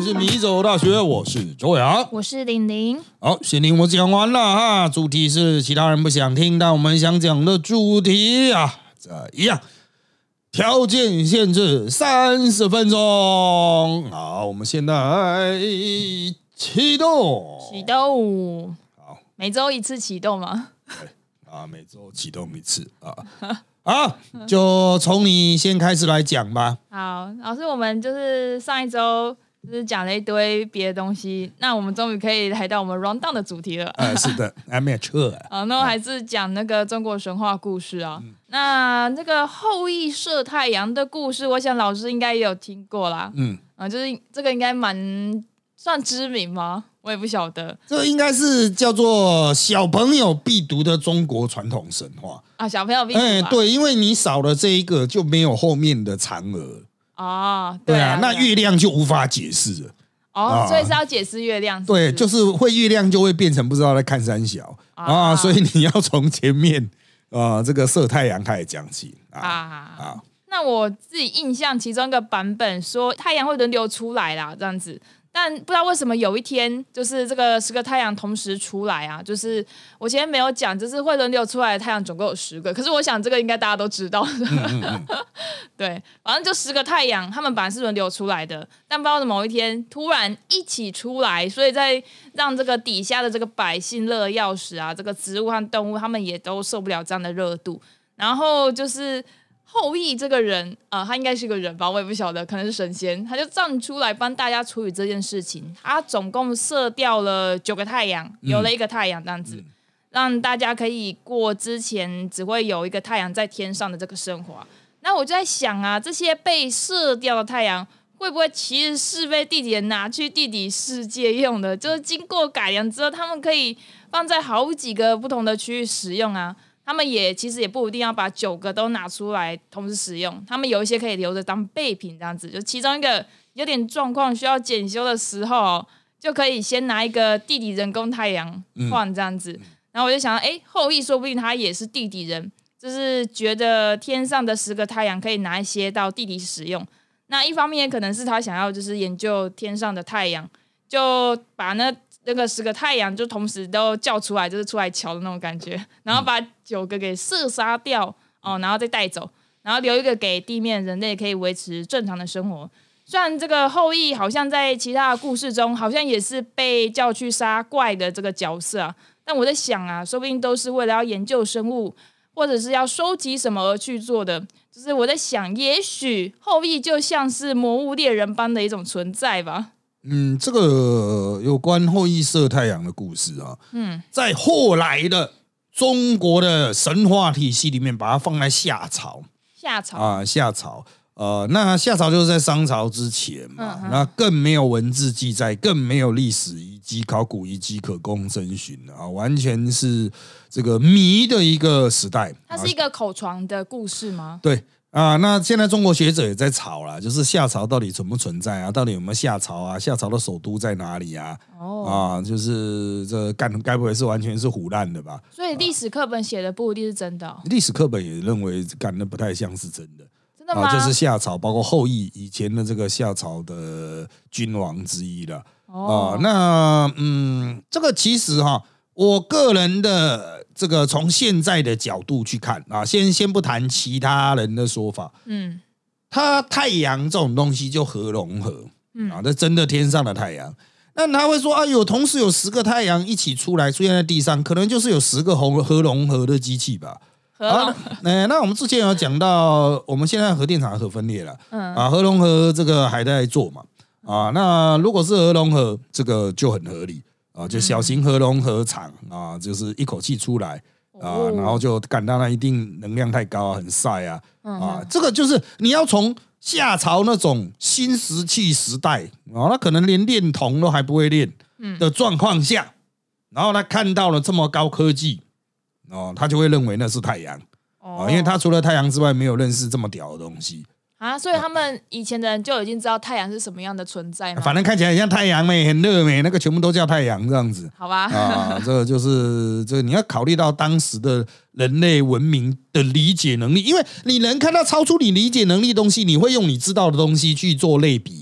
是迷走大学，我是周洋， 我是玲玲。 好，先令我讲完了哈，主题是其他人不想听，但我们想讲的主题啊，这一样，条件限制30分钟。好，我们现在启动。 启动。 好， 每周一次启动吗？ 啊，每周启动一次啊。好，就从你先开始来讲吧。 好，老师，我们就是上一周就是讲了一堆别的东西，那我们终于可以来到我们 round down 的主题了。 是的 ，amateur。 那我还是讲那个中国神话故事啊。那个后羿射太阳的故事，我想老师应该也有听过啦。就是这个应该蛮算知名吗？我也不晓得。 这应该是叫做小朋友必读的中国传统神话啊，小朋友必读啊。 对，因为你少了这一个，就没有后面的嫦娥。 对啊， 那月亮就无法解释了。 所以是要解释月亮是不对， 是？ 就是会月亮就会变成不知道在看三小所以你要从前面这个射太阳开始讲起那我自己印象其中一个版本说太阳会轮流出来啦，这样子。但不知道为什么有一天就是这个10个太阳同时出来啊，就是我前面没有讲，就是会轮流出来的太阳总共有10个，可是我想这个应该大家都知道。对，反正就10个太阳，他们本来是轮流出来的，但不知道某一天突然一起出来，所以在让这个底下的这个百姓热得要死啊，这个植物和动物他们也都受不了这样的热度，然后就是后羿这个人他应该是个人吧，我也不晓得，可能是神仙，他就站出来帮大家处理这件事情。他总共射掉了9个太阳，有了1个太阳这样子，让大家可以过之前只会有1个太阳在天上的这个生活。那我就在想啊，这些被射掉的太阳会不会其实是被地底人拿去地底世界用的？就是经过改良之后，他们可以放在好几个不同的区域使用啊。他们其实也不一定要把9个都拿出来同时使用，他们有一些可以留着当备品这样子，就其中一个有点状况需要检修的时候，就可以先拿一个地底人工太阳换这样子。然后我就想后羿说不定他也是地底人，就是觉得天上的10个太阳可以拿一些到地底使用。那一方面也可能是他想要就是研究天上的太阳，就把那个10个太阳就同时都叫出来，就是出来瞧的那种感觉，然后把9个给射杀掉然后再带走，然后留1个给地面人类可以维持正常的生活。虽然这个后羿好像在其他的故事中好像也是被叫去杀怪的这个角色啊，但我在想啊，说不定都是为了要研究生物或者是要收集什么而去做的。就是我在想，也许后羿就像是魔物猎人般的一种存在吧。 这个有关后羿射太阳的故事在后来的中国的神话体系里面，把它放在夏朝。夏朝，那夏朝就是在商朝之前嘛，那更没有文字记载，更没有历史遗迹、考古遗迹可供征询完全是这个谜的一个时代。 它是一个口传的故事吗？ 对。那现在中国学者也在吵啦，就是夏朝到底存不存在啊？到底有没有夏朝啊？夏朝的首都在哪里啊？就是这该不会是完全是唬烂的吧？ 所以历史课本写的不一定是真的历史课本也认为那不太像是真的。 真的吗？ 就是夏朝，包括后羿以前的这个夏朝的君王之一了。那这个其实我个人的这个从现在的角度去看先不谈其他人的说法，它太阳这种东西就核融合这真的天上的太阳。那他会说同时有10个太阳一起出来出现在地上，可能就是有10个核融合的机器吧。那我们之前有讲到，我们现在核电厂核分裂了，核融合这个还在做嘛，那如果是核融合，这个就很合理。就小型核融合厂就是一口气出来然后就感到那一定能量太高很晒这个就是你要从夏朝那种新石器时代那可能连炼铜都还不会炼的状况下，然后他看到了这么高科技他就会认为那是太阳因为他除了太阳之外没有认识这么屌的东西所以他们以前的人就已经知道太阳是什么样的存在吗？ 反正看起来很像太阳很热那个全部都叫太阳这样子。 好吧这个就是这个你要考虑到当时的人类文明的理解能力，因为你能看到超出你理解能力的东西，你会用你知道的东西去做类比嘛？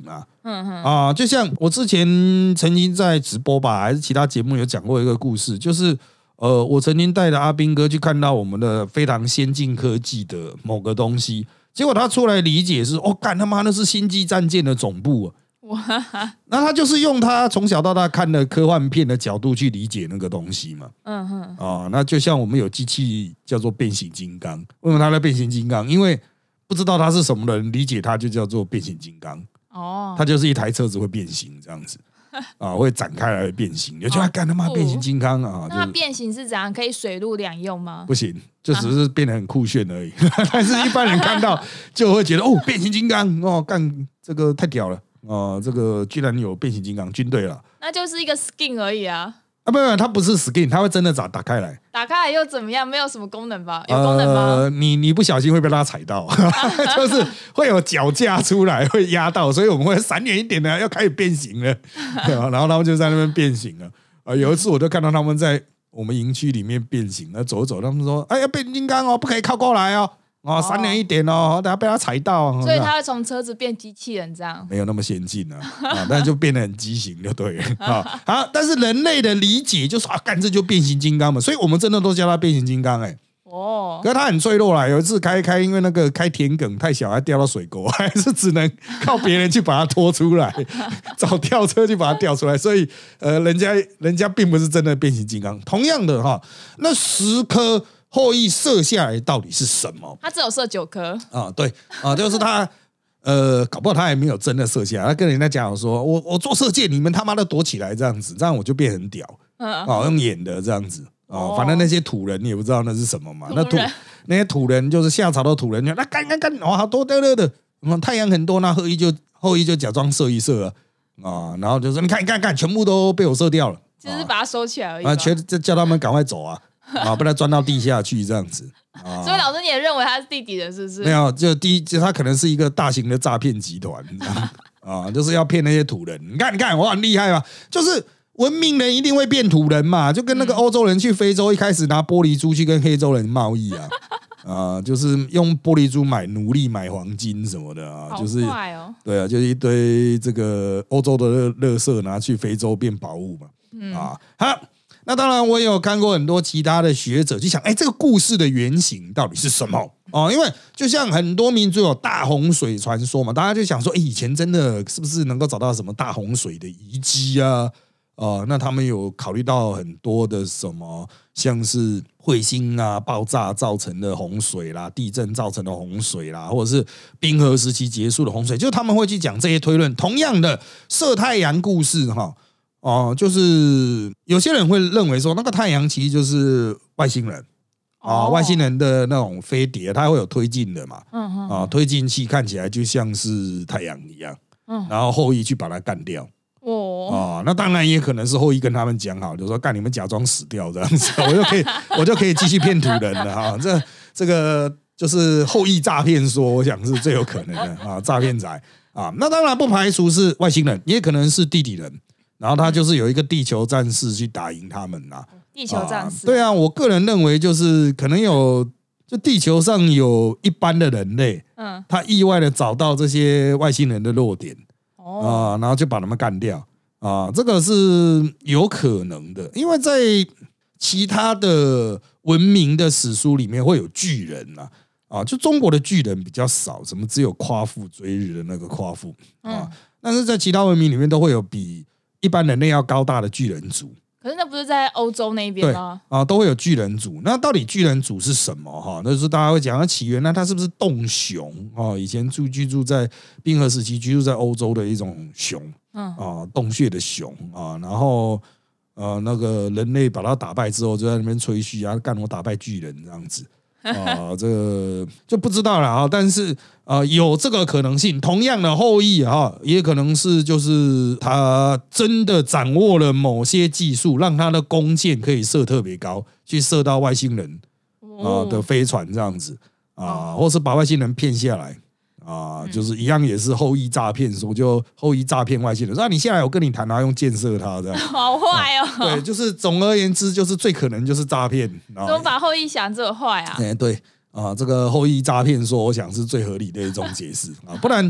就像我之前曾经在直播吧，还是其他节目有讲过一个故事，就是我曾经带着阿兵哥去看到我们的非常先进科技的某个东西，结果他出来理解是干他妈那是星际战舰的总部那他就是用他从小到大看的科幻片的角度去理解那个东西嘛。那就像我们有机器叫做变形金刚，为什么它叫变形金刚？因为不知道它是什么的人理解它就叫做变形金刚。它就是一台车子会变形这样子会展开来变形，你就干他妈变形金刚那它变形是怎样？可以水陆两用吗？ 不行，就只是变得很酷炫而已。但是一般人看到就会觉得变形金刚干这个太屌了这个居然有变形金刚军队了， 那就是一个 skin 而已啊。 不，它不是 skin， 它会真的打开来。 打开来又怎么样？没有什么功能吧？有功能吗？ 你不小心会被它踩到，就是会有脚架出来，会压到，所以我们会闪远一点的，要开始变形了。然后他们就在那边变形了。有一次我就看到他们在我们营区里面变形，走一走，他们说：“哎呀，变形金刚不可以靠过来闪远一点等下被他踩到。” 所以他会从车子变机器人这样？ 没有那么先进但就变得很畸形就对了好，但是人类的理解就是干这就变形金刚嘛，所以我们真的都叫他变形金刚可是他很脆弱啦，有一次开因为那个开田埂太小，还掉到水沟，还是只能靠别人去把它拖出来，找吊车去把它吊出来，所以人家并不是真的变形金刚。同样的那10颗后羿射下来到底是什么？ 他只有射9颗对就是他搞不好他也没有真的射下来，他跟人家讲说我做射箭，你们他妈的躲起来这样子，这样我就变很屌用演的这样子反正那些土人你也不知道那是什么嘛，那些土人就是夏朝的土人，那干好多的太阳很多，那后羿就假装射一射然后就说你看全部都被我射掉了， 就是把它收起来而已叫他们赶快走不然钻到地下去这样子所以老师你也认为他是地底的是不是？ 没有，就他可能是一个大型的诈骗集团就是要骗那些土人。你看我很厉害吧？就是文明人一定会变土人嘛，就跟那个欧洲人去非洲一开始拿玻璃珠去跟黑洲人贸易就是用玻璃珠买奴隶买黄金什么的就是对就是一堆这个欧洲的垃圾拿去非洲变宝物嘛好。那当然我也有看过很多其他的学者去想这个故事的原型到底是什么因为就像很多民族有大洪水传说嘛，大家就想说以前真的是不是能够找到什么大洪水的遗迹那他们有考虑到很多的什么像是彗星爆炸造成的洪水啦，地震造成的洪水啦，或者是冰河时期结束的洪水，就他们会去讲这些推论。同样的射太阳故事就是有些人会认为说那个太阳其实就是外星人外星人的那种飞碟，它会有推进的嘛推进器看起来就像是太阳一样然后后羿去把它干掉那当然也可能是后羿跟他们讲好，就说干你们假装死掉这样子，我就可以继续骗土人了这个就是后羿诈骗说，我想是最有可能的诈骗仔那当然不排除是外星人，也可能是地底人，然后他就是有一个地球战士去打赢他们地球战士对我个人认为就是可能就地球上有一般的人类他意外的找到这些外星人的弱点然后就把他们干掉这个是有可能的，因为在其他的文明的史书里面会有巨人就中国的巨人比较少，什么只有夸父追日的那个夸父但是在其他文明里面都会有比一般人类要高大的巨人族。 可是那不是在欧洲那边吗？ 对都会有巨人族。那到底巨人族是什么那就是大家会讲它起源，那它是不是洞熊以前居住在冰河时期居住在欧洲的一种熊洞穴的熊然后那个人类把它打败之后就在那边吹嘘干我打败巨人这样子这个就不知道了但是有这个可能性。同样的后羿也可能是就是他真的掌握了某些技术，让他的弓箭可以射特别高，去射到外星人的飞船这样子或是把外星人骗下来就是一样也是后羿诈骗，说就后羿诈骗外星人说你下来我跟你谈，然后用箭射他这样好坏对，就是总而言之就是最可能就是诈骗怎么把后羿想这么坏对这个后羿诈骗说我想是最合理的一种解释不然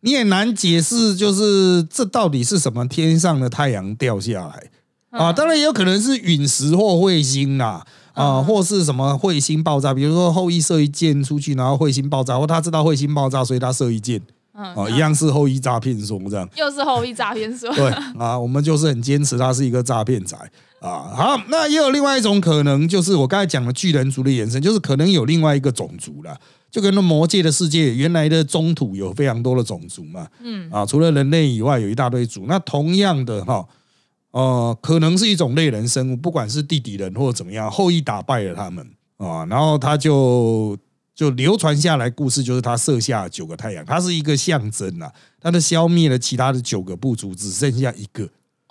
你很难解释，就是这到底是什么天上的太阳掉下来啊？当然也有可能是陨石或彗星啦。或是什么彗星爆炸，比如说后羿射一箭出去，然后彗星爆炸，或他知道彗星爆炸，所以他射一箭，一样是后羿诈骗说这样， 又是后羿诈骗说， 对啊，我们就是很坚持他是一个诈骗仔啊。好，那也有另外一种可能，就是我刚才讲的巨人族的延伸，就是可能有另外一个种族啦，就跟那魔界的世界原来的中土有非常多的种族嘛，除了人类以外有一大堆族，那同样的可能是一种类人生物，不管是地底人或者怎么样，后羿打败了他们啊，然后他就流传下来故事，就是他射下9个太阳，它是一个象征啊，他的消灭了其他的9个部族，只剩下1个。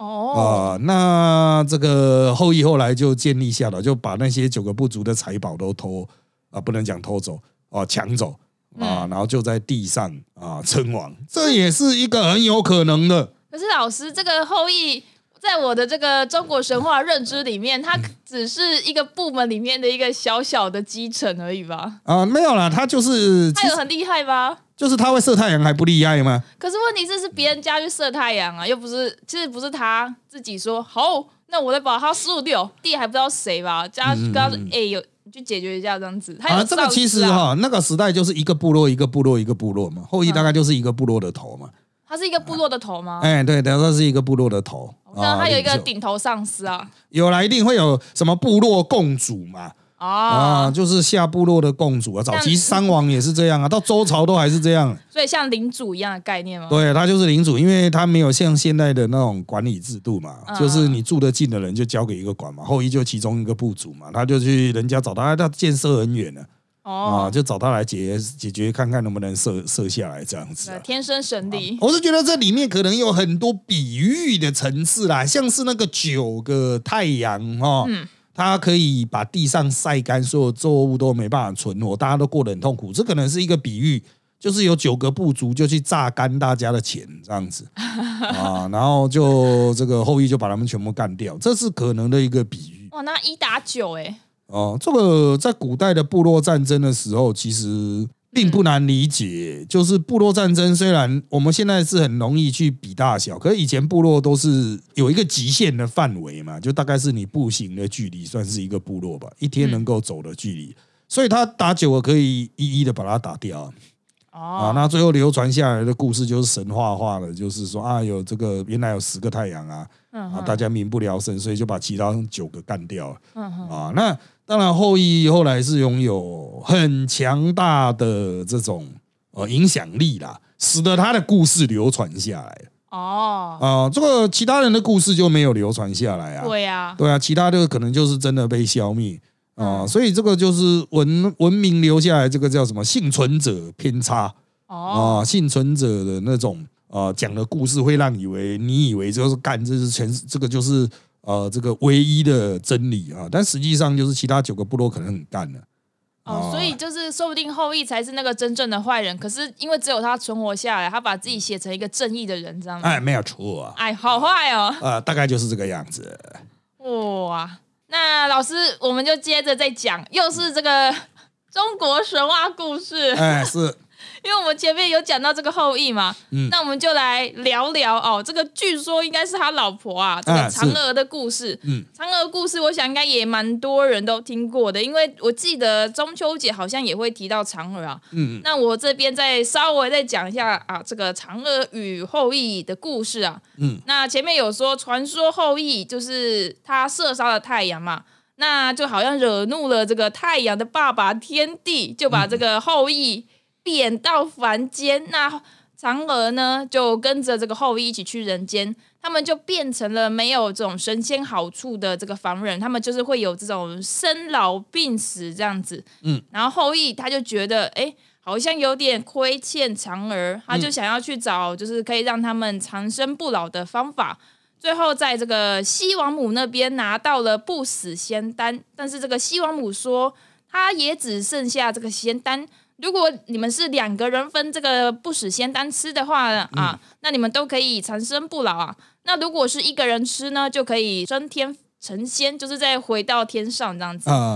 那这个后羿后来就建立下来，就把那些9个部族的财宝都不能讲偷走抢走然后就在地上称王，这也是一个很有可能的。 可是老师，这个后羿在我的这个中国神话认知里面，它只是一个部门里面的一个小小的基层而已吧？ 没有啦，他就是他有很厉害吧？ 就是他会射太阳还不厉害吗？ 可是问题是别人家去射太阳啊，又不是，其实不是他自己说好，那我再把他15掉，地还不知道谁吧？家跟他说有。你去解决一下这样子， 这个其实那个时代就是一个部落一个部落一个部落嘛，后羿大概就是一个部落的头嘛。他是一个部落的头吗？ 对，他是一个部落的头。 他有一个顶头上司啊。 有啦，一定会有什么部落共主嘛。就是下部落的共主啊。早期商王也是这样啊，到周朝都还是这样。 所以像领主一样的概念吗？ 对，他就是领主，因为他没有像现在的那种管理制度嘛，就是你住得近的人就交给一个管嘛。后羿就其中一个部主嘛，他就去人家找他建设很远了。就找他来解决看看能不能射下来这样子天生神力。 我是觉得这里面可能有很多比喻的层次啦，像是那个9个太阳它可以把地上晒干，所有作物都没办法存活，大家都过得很痛苦，这可能是一个比喻，就是有9个部族就去榨干大家的钱这样子然后就这个后羿就把他们全部干掉，这是可能的一个比喻。 哇，那1打9 这个在古代的部落战争的时候，其实并不难理解。就是部落战争，虽然我们现在是很容易去比大小，可是以前部落都是有一个极限的范围嘛，就大概是你步行的距离算是一个部落吧，一天能够走的距离。所以他打9个可以一一的把它打掉。那最后流传下来的故事就是神话化了，就是说有这个原来有10个太阳大家民不聊生，所以就把其他9个干掉了。那当然后羿后来是拥有很强大的这种影响力啦，使得他的故事流传下来。这个其他人的故事就没有流传下来啊。对啊，其他的可能就是真的被消灭。所以这个就是文明留下来，这个叫什么幸存者偏差幸存者的那种讲的故事会让你以为就是这个就是这个唯一的真理但实际上就是其他9个部落可能很干了。 所以就是说不定后羿才是那个真正的坏人，可是因为只有他存活下来，他把自己写成一个正义的人，这样吗？ 没有错好坏大概就是这个样子。 哇，那老师我们就接着再讲，又是这个中国神话故事。 是。 因为我们前面有讲到这个后羿嘛，那我们就来聊聊这个据说应该是他老婆这个嫦娥的故事。嫦娥的故事我想应该也蛮多人都听过的，因为我记得中秋节好像也会提到嫦娥那我这边再稍微再讲一下这个嫦娥与后羿的故事那前面有说传说后羿就是他射杀了太阳嘛，那就好像惹怒了这个太阳的爸爸天帝，就把这个后羿贬到凡间，那嫦娥呢就跟着这个后羿一起去人间，他们就变成了没有这种神仙好处的这个凡人，他们就是会有这种生老病死这样子。然后后羿他就觉得好像有点亏欠嫦娥，他就想要去找就是可以让他们长生不老的方法。最后在这个西王母那边拿到了不死仙丹，但是这个西王母说他也只剩下这个仙丹，如果你们是2个人分这个不死仙丹吃的话那你们都可以长生不老那如果是1个人吃呢，就可以升天成仙，就是再回到天上这样子。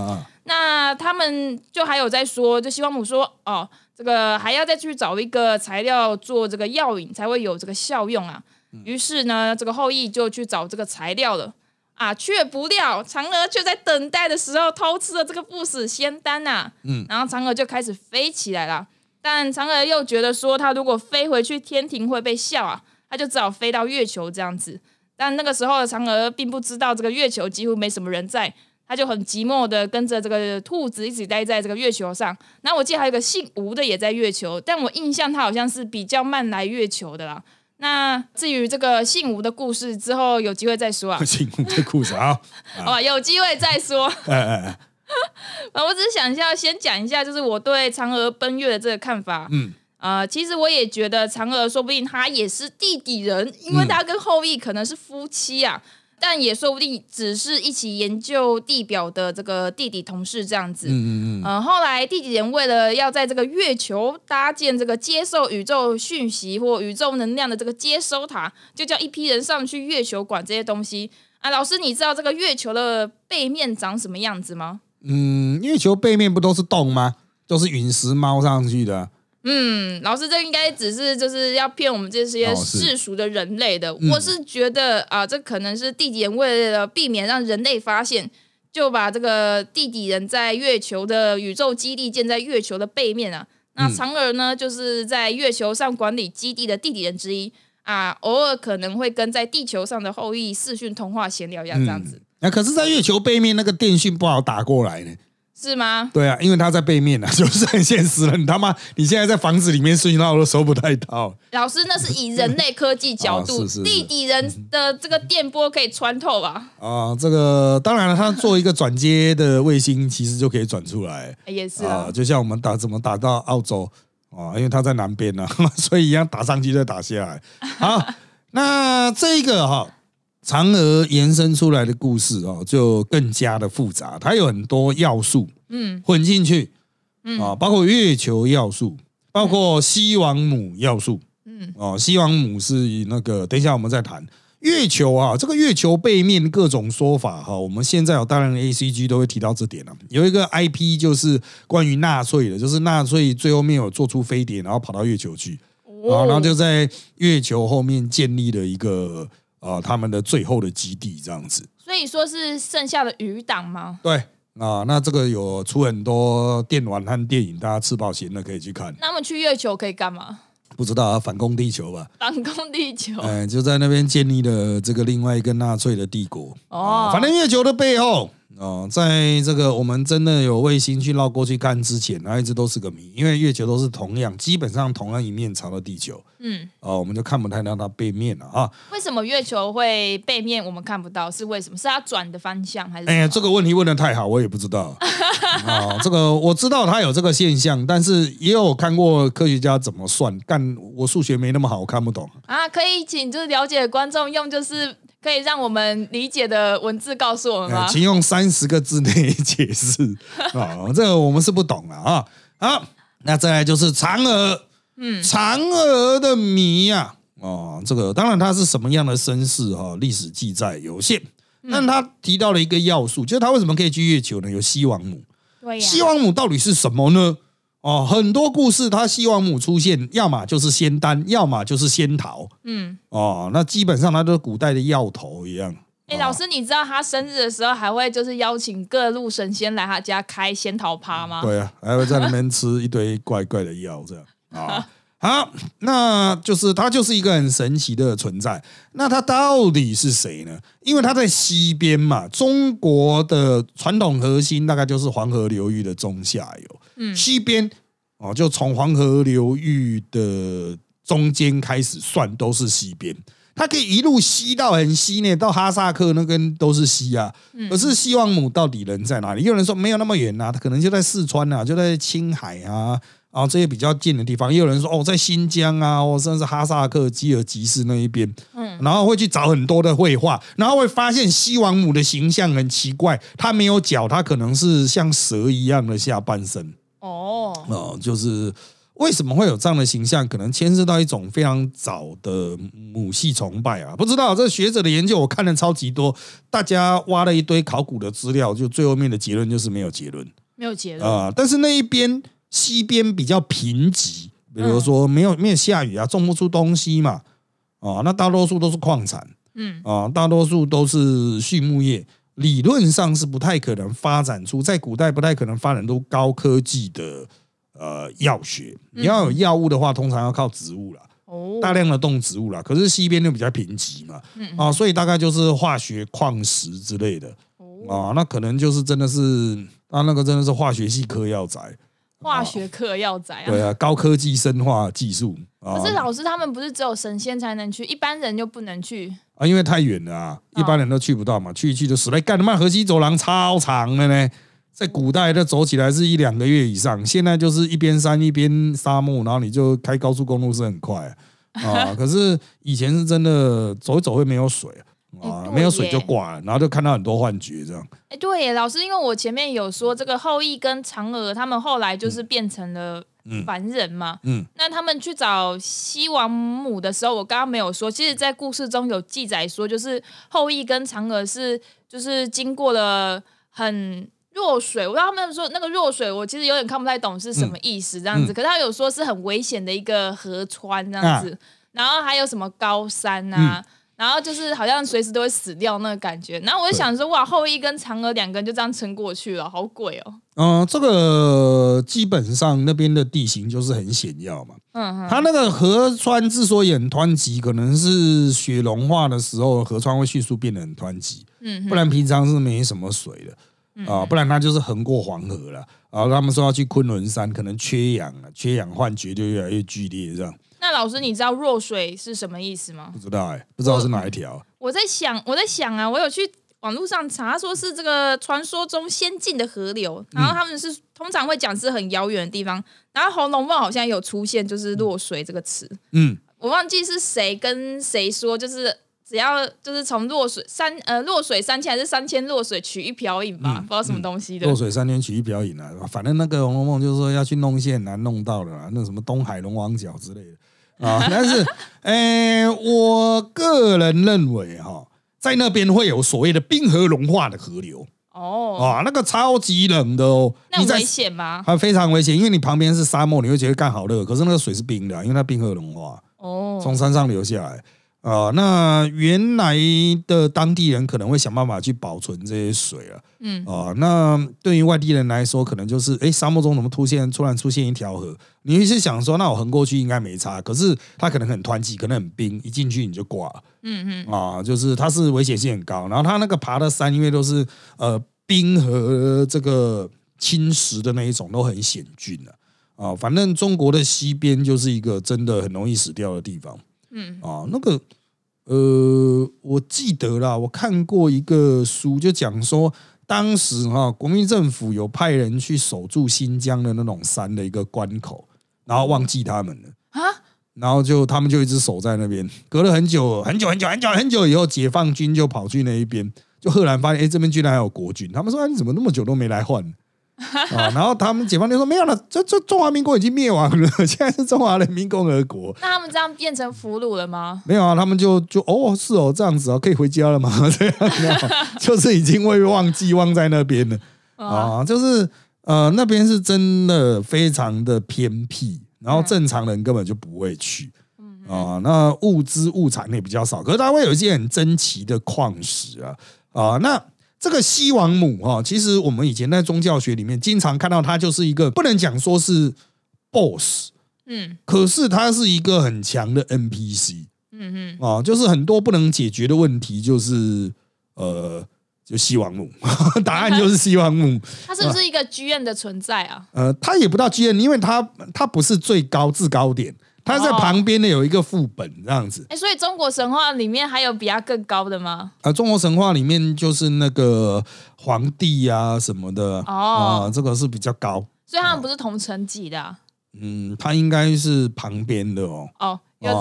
那他们就还有在说，就西王母说哦，这个还要再去找一个材料做这个药引，才会有这个效用啊。于是呢，这个后羿就去找这个材料了啊，却不料嫦娥却在等待的时候偷吃了这个不死仙丹啊。然后嫦娥就开始飞起来了，但嫦娥又觉得说，她如果飞回去天庭会被笑啊，她就只好飞到月球这样子。但那个时候的嫦娥并不知道这个月球几乎没什么人在，她就很寂寞的跟着这个兔子一直待在这个月球上。然后我记得还有个姓吴的也在月球，但我印象他好像是比较慢来月球的啦。那至于这个姓吴的故事，之后有机会再说啊。 姓吴的故事啊， 有机会再说。我只是想要先讲一下，就是我对嫦娥奔月的这个看法。其实我也觉得嫦娥说不定她也是地底人，因为她跟后羿可能是夫妻啊。但也说不定只是一起研究地表的这个地底同事这样子。后来地底人为了要在这个月球搭建这个接受宇宙讯息或宇宙能量的这个接收塔，就叫一批人上去月球管这些东西啊。老师，你知道这个月球的背面长什么样子吗？ 月球背面不都是洞吗？都是陨石猫上去的。 老师，这应该只是就是要骗我们这些世俗的人类的。我是觉得这可能是地底人为了避免让人类发现，就把这个地底人在月球的宇宙基地建在月球的背面啊。那嫦娥呢，就是在月球上管理基地的地底人之一啊，偶尔可能会跟在地球上的后羿视讯通话闲聊一下这样子。 可是，在月球背面那个电讯不好打过来呢。 是吗？ 对啊，因为他在背面啊，就是很现实了。你现在在房子里面讯号都收不太到。 老师，那是以人类科技角度，地底人的这个电波可以穿透吧？ 这个当然了，他做一个转接的卫星，其实就可以转出来。 也是就像我们怎么打到澳洲因为他在南边所以一样打上去再打下来。好，那这个嫦娥延伸出来的故事就更加的复杂，它有很多要素混进去包括月球要素，包括西王母要素西王母是那个等一下我们再谈月球这个月球背面各种说法我们现在有大量的 ACG 都会提到这点有一个 IP 就是关于纳粹的，就是纳粹最后面有做出飞碟，然后跑到月球去然后就在月球后面建立了一个他们的最后的基地这样子。 所以说是剩下的余党吗？ 对那这个有出很多电玩和电影，大家吃饱闲了可以去看。 那他们去月球可以干嘛？ 不知道反攻地球吧？ 反攻地球， 就在那边建立了这个另外一个纳粹的帝国反正月球的背后在这个我们真的有卫星去绕过去看之前，它一直都是个谜，因为月球都是基本上同样一面朝着地球我们就看不太到它背面了为什么月球会背面我们看不到？是为什么？是它转的方向还是这个问题问得太好，我也不知道这个我知道它有这个现象，但是也有看过科学家怎么算，但我数学没那么好，我看不懂可以请就是了解的观众用就是可以让我们理解的文字告诉我们吗？ 请用30个字内解释这个我们是不懂了好，那再来就是嫦娥嫦娥的谜这个当然它是什么样的身世历史记载有限，但他提到了一个要素，就是他为什么可以去月球呢？有西王母。 对呀， 西王母到底是什么呢？很多故事他西王母出现，要么就是仙丹，要么就是仙桃那基本上他都是古代的药头一样。 老师，你知道他生日的时候还会就是邀请各路神仙来他家开仙桃趴吗？ 对啊，还会在那边吃一堆怪怪的药这样好，那就是他就是一个很神奇的存在。那他到底是谁呢？因为他在西边嘛，中国的传统核心大概就是黄河流域的中下游西边就从黄河流域的中间开始算都是西边，它可以一路西到很西呢，到哈萨克那边都是西可是西王母到底人在哪里？有人说没有那么远他可能就在四川就在青海这些比较近的地方。也有人说在新疆甚至哈萨克吉尔吉斯那一边然后会去找很多的绘画，然后会发现西王母的形象很奇怪，她没有脚，她可能是像蛇一样的下半身就是为什么会有这样的形象？可能牵涉到一种非常早的母系崇拜啊，不知道这学者的研究我看了超级多，大家挖了一堆考古的资料，就最后面的结论就是没有结论， 没有结论但是那一边西边比较贫瘠，比如说没有下雨啊，种不出东西嘛，那大多数都是矿产，大多数都是畜牧业，理论上是不太可能发展出，在古代不太可能发展出高科技的药学。你要有药物的话，通常要靠植物啦，大量的动植物啦。可是西边就比较贫瘠嘛，所以大概就是化学矿石之类的，那可能就是真的是那个真的是化学系科药宅。 化学课要宰对啊，高科技生化技术。 可是老师他们不是只有神仙才能去，一般人就不能去啊？因为太远了啊，一般人都去不到嘛，去就死了。干他妈河西走廊超长的呢，在古代的走起来是1-2个月以上，现在就是一边山一边沙漠，然后你就开高速公路是很快啊。可是以前是真的走一走会没有水没有水就挂了，然后就看到很多幻觉这样。 对耶，老师，因为我前面有说这个后羿跟嫦娥他们后来就是变成了凡人嘛，那他们去找西王母的时候，我刚刚没有说，其实在故事中有记载说，就是后羿跟嫦娥就是经过了很弱水，我知道他们说那个弱水，我其实有点看不太懂是什么意思这样子，可是他有说是很危险的一个河川这样子，然后还有什么高山啊。然后就是好像随时都会死掉那个感觉，然后我就想说，哇，后羿跟嫦娥2个人就这样撑过去了，好鬼哦。 这个基本上那边的地形就是很险要嘛。它那个河川之所以很湍急，可能是雪融化的时候，河川会迅速变得很湍急。不然平常是没什么水的不然它就是横过黄河了。他们说要去昆仑山，可能缺氧幻觉就越来越剧烈这样。 那老师，你知道弱水是什么意思吗？ 不知道不知道是哪一条。 我在想啊，我有去网络上查，说是这个传说中先进的河流，然后他们是通常会讲是很遥远的地方，然后《红楼梦》好像有出现就是弱水这个词，我忘记是谁跟谁说，就是只要就是从弱水3000还是3000弱水取一瓢饮吧，不知道什么东西的。 弱水3000取一瓢饮啊，反正那个《红楼梦》就是说要去弄些很难弄到的啦，那什么东海龙王角之类的。但是，我个人认为在那边会有所谓的冰河融化的河流那个超级冷的那危险吗？ 非常危险，因为你旁边是沙漠，你会觉得干好热，可是那个水是冰的因为它冰河融化从山上流下来那原来的当地人可能会想办法去保存这些水那对于外地人来说，可能就是沙漠中怎么突然出现一条河，你会是想说那我横过去应该没差，可是它可能很湍急，可能很冰，一进去你就挂了就是它是危险性很高，然后它那个爬的山因为都是冰和这个侵蚀的那一种都很险峻反正中国的西边就是一个真的很容易死掉的地方那个我记得啦，我看过一个书，就讲说当时国民政府有派人去守住新疆的那种山的一个关口，然后忘记他们了然后他们就一直守在那边，隔了很久以后，解放军就跑去那一边，就赫然发现这边居然还有国军，他们说你怎么那么久都没来换然后他们解放军说没有了，这中华民国已经灭亡了，现在是中华人民共和国。 那他们这样变成俘虏了吗？ 没有啊，他们是这样子可以回家了吗？这样就是已经会忘在那边了就是那边是真的非常的偏僻，然后正常人根本就不会去那物产也比较少，可是它会有一些很珍奇的矿石那这个西王母其实我们以前在宗教学里面经常看到它就是一个不能讲说是 boss，可是它是一个很强的 NPC，就是很多不能解决的问题就是就西王母答案就是西王母。 它是不是一个剧院的存在啊？ 它也不到剧院，因为它不是制高点，它在旁边的有一个副本这样子。 所以中国神话里面还有比它更高的吗？ 中国神话里面就是那个皇帝啊什么的这个是比较高， 所以他们不是同层级的它应该是旁边的又在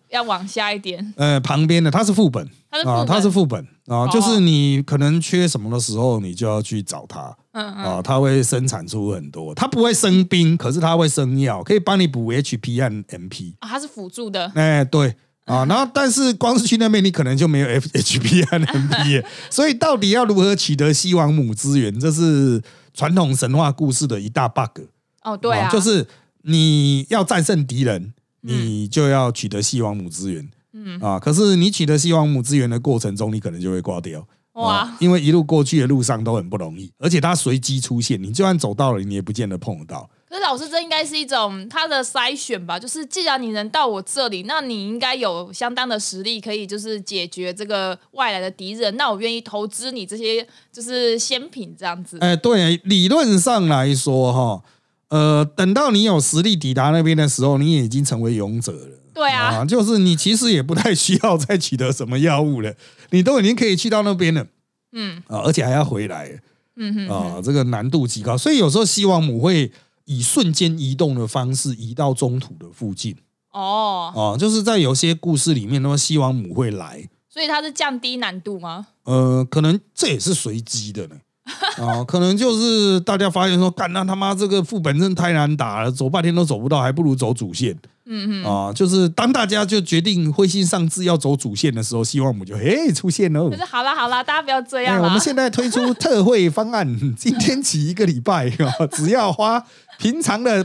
要往下一点。 旁边的它是副本，它是副本啊，就是你可能缺什么的时候，你就要去找它。它会生产出很多，它不会生兵，可是它会生药，可以帮你补 HP 和 MP。 它是辅助的。 对。然后但是光是去那边，你可能就没有 HP 和 MP， 所以到底要如何取得西王母资源，这是传统神话故事的一大 bug。 对啊， 就是你要战胜敌人，你就要取得西王母资源。可是你取得西王母资源的过程中，你可能就会挂掉。因为一路过去的路上都很不容易，而且它随机出现，你就算走到了，你也不见得碰得到。 可是老师，这应该是一种他的筛选吧？就是既然你能到我这里，那你应该有相当的实力，可以就是解决这个外来的敌人。那我愿意投资你这些就是仙品这样子。 对，理论上来说等到你有实力抵达那边的时候，你也已经成为勇者了。 对啊， 就是你其实也不太需要再取得什么药物了，你都已经可以去到那边了。而且还要回来。这个难度极高，所以有时候西王母会以瞬间移动的方式移到中土的附近。就是在有些故事里面，那么西王母会来， 所以它是降低难度吗？ 可能这也是随机的呢。可能就是大家发现说，干那他妈这个副本真的太难打了，走半天都走不到，还不如走主线。就是当大家就决定灰心丧志要走主线的时候，西王母就出现了。 可是好啦，大家不要这样啦。 我们现在推出特惠方案，今天起1个礼拜，只要花平常的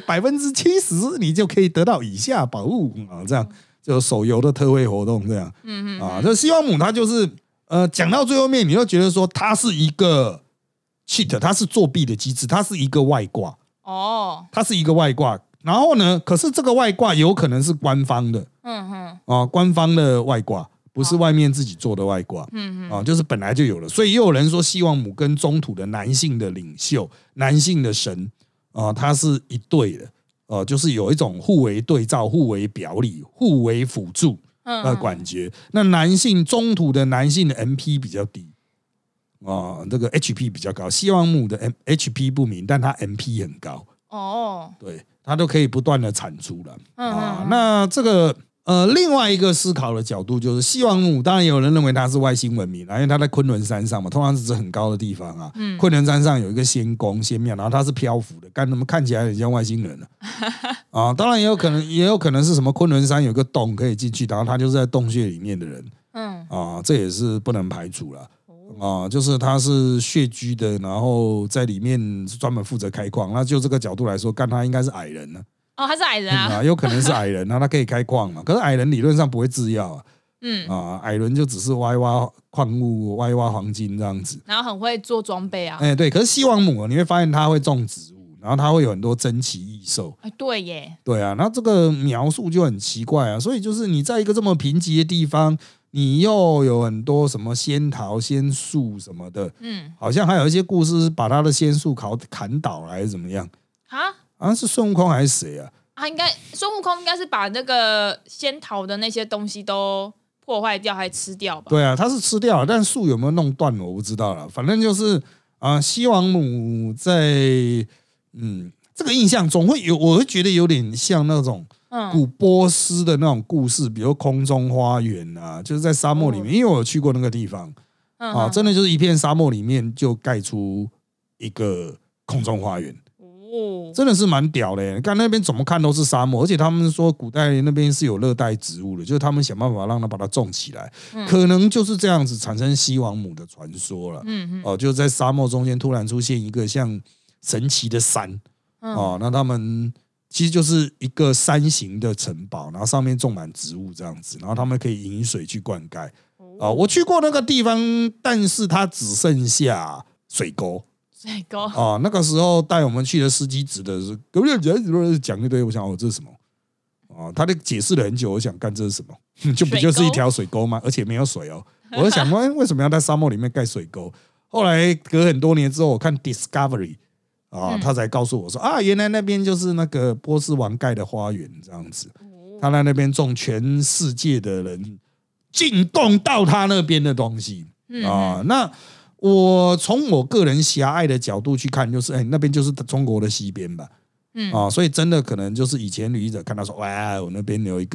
70%，你就可以得到以下宝物这样就手游的特惠活动这样。这西王母它就是讲到最后面，你就觉得说它是一个 cheat， 它是作弊的机制，它是一个外挂。它是一个外挂。然后呢？可是这个外挂有可能是官方的，官方的外挂，不是外面自己做的外挂，就是本来就有了。所以又有人说，西王母跟中土的男性的领袖、男性的神，它是一对的，就是有一种互为对照、互为表里、互为辅助的感觉。那男性中土的男性的 MP 比较低，这个 HP 比较高。西王母的 HP 不明，但它 MP 很高。对。它都可以不断的产出了。那这个另外一个思考的角度就是，西王母当然有人认为它是外星文明，因为它在昆仑山上嘛，通常是指很高的地方啊。昆仑山上有一个仙宫仙庙，然后它是漂浮的，怎么看起来很像外星人呢？当然也有可能是什么昆仑山有个洞可以进去，然后它就是在洞穴里面的人。这也是不能排除了。就是他是穴居的，然后在里面专门负责开矿。那就这个角度来说，他应该是矮人呢。 他是矮人啊， 有可能是矮人，他可以开矿嘛。可是矮人理论上不会制药矮人就只是挖矿物、挖黄金这样子， 然后很会做装备啊。 对。可是西王母你会发现他会种植物，然后他会有很多珍奇异兽。 对耶。对啊，那这个描述就很奇怪啊。所以就是你在一个这么贫瘠的地方，你又有很多什么仙桃、仙树什么的，好像还有一些故事是把他的仙树砍倒了还是怎么样？好像是孙悟空还是谁啊？ 孙悟空应该是把那个仙桃的那些东西都破坏掉，还吃掉吧？ 对啊，他是吃掉了，但树有没有弄断我不知道了。反正就是西王母在这个印象总会有，我会觉得有点像那种。古波斯的那种故事，比如空中花园啊，就是在沙漠里面，因为我有去过那个地方真的就是一片沙漠里面就盖出一个空中花园，真的是蛮屌的。看那边怎么看都是沙漠，而且他们说古代那边是有热带植物的，就是他们想办法让它把它种起来，可能就是这样子产生西王母的传说了。就是在沙漠中间突然出现一个像神奇的山那他们。其实就是一个山形的城堡，然后上面种满植物这样子，然后他们可以引水去灌溉。我去过那个地方，但是它只剩下水沟。那个时候带我们去的司机指的是，讲一堆，我想这是什么？他就解释了很久，我想干这是什么？就不就是一条水沟吗？而且没有水哦。我就想说，为什么要在沙漠里面盖水沟？后来隔很多年之后，我看 Discovery。他才告诉我说原来那边就是那个波斯王盖的花园这样子，他在那边种全世界的人进贡到他那边的东西那我从我个人狭隘的角度去看，就是那边就是中国的西边吧所以真的可能就是以前旅行者看到说哇，我那边有一个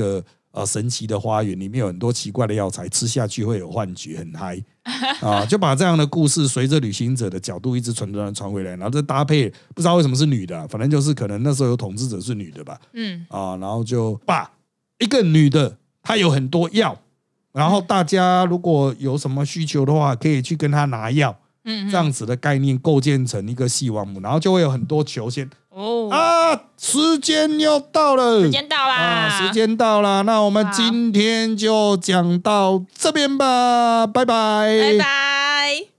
神奇的花园，里面有很多奇怪的药材，吃下去会有幻觉，很嗨啊！就把这样的故事随着旅行者的角度一直传回来，然后这搭配不知道为什么是女的，反正就是可能那时候有统治者是女的吧，然后就把一个女的，她有很多药，然后大家如果有什么需求的话，可以去跟她拿药。这样子的概念构建成一个戏王母，然后就会有很多球线时间又到了， 时间到啦， 时间到了，那我们今天就讲到这边吧，拜拜， 拜拜。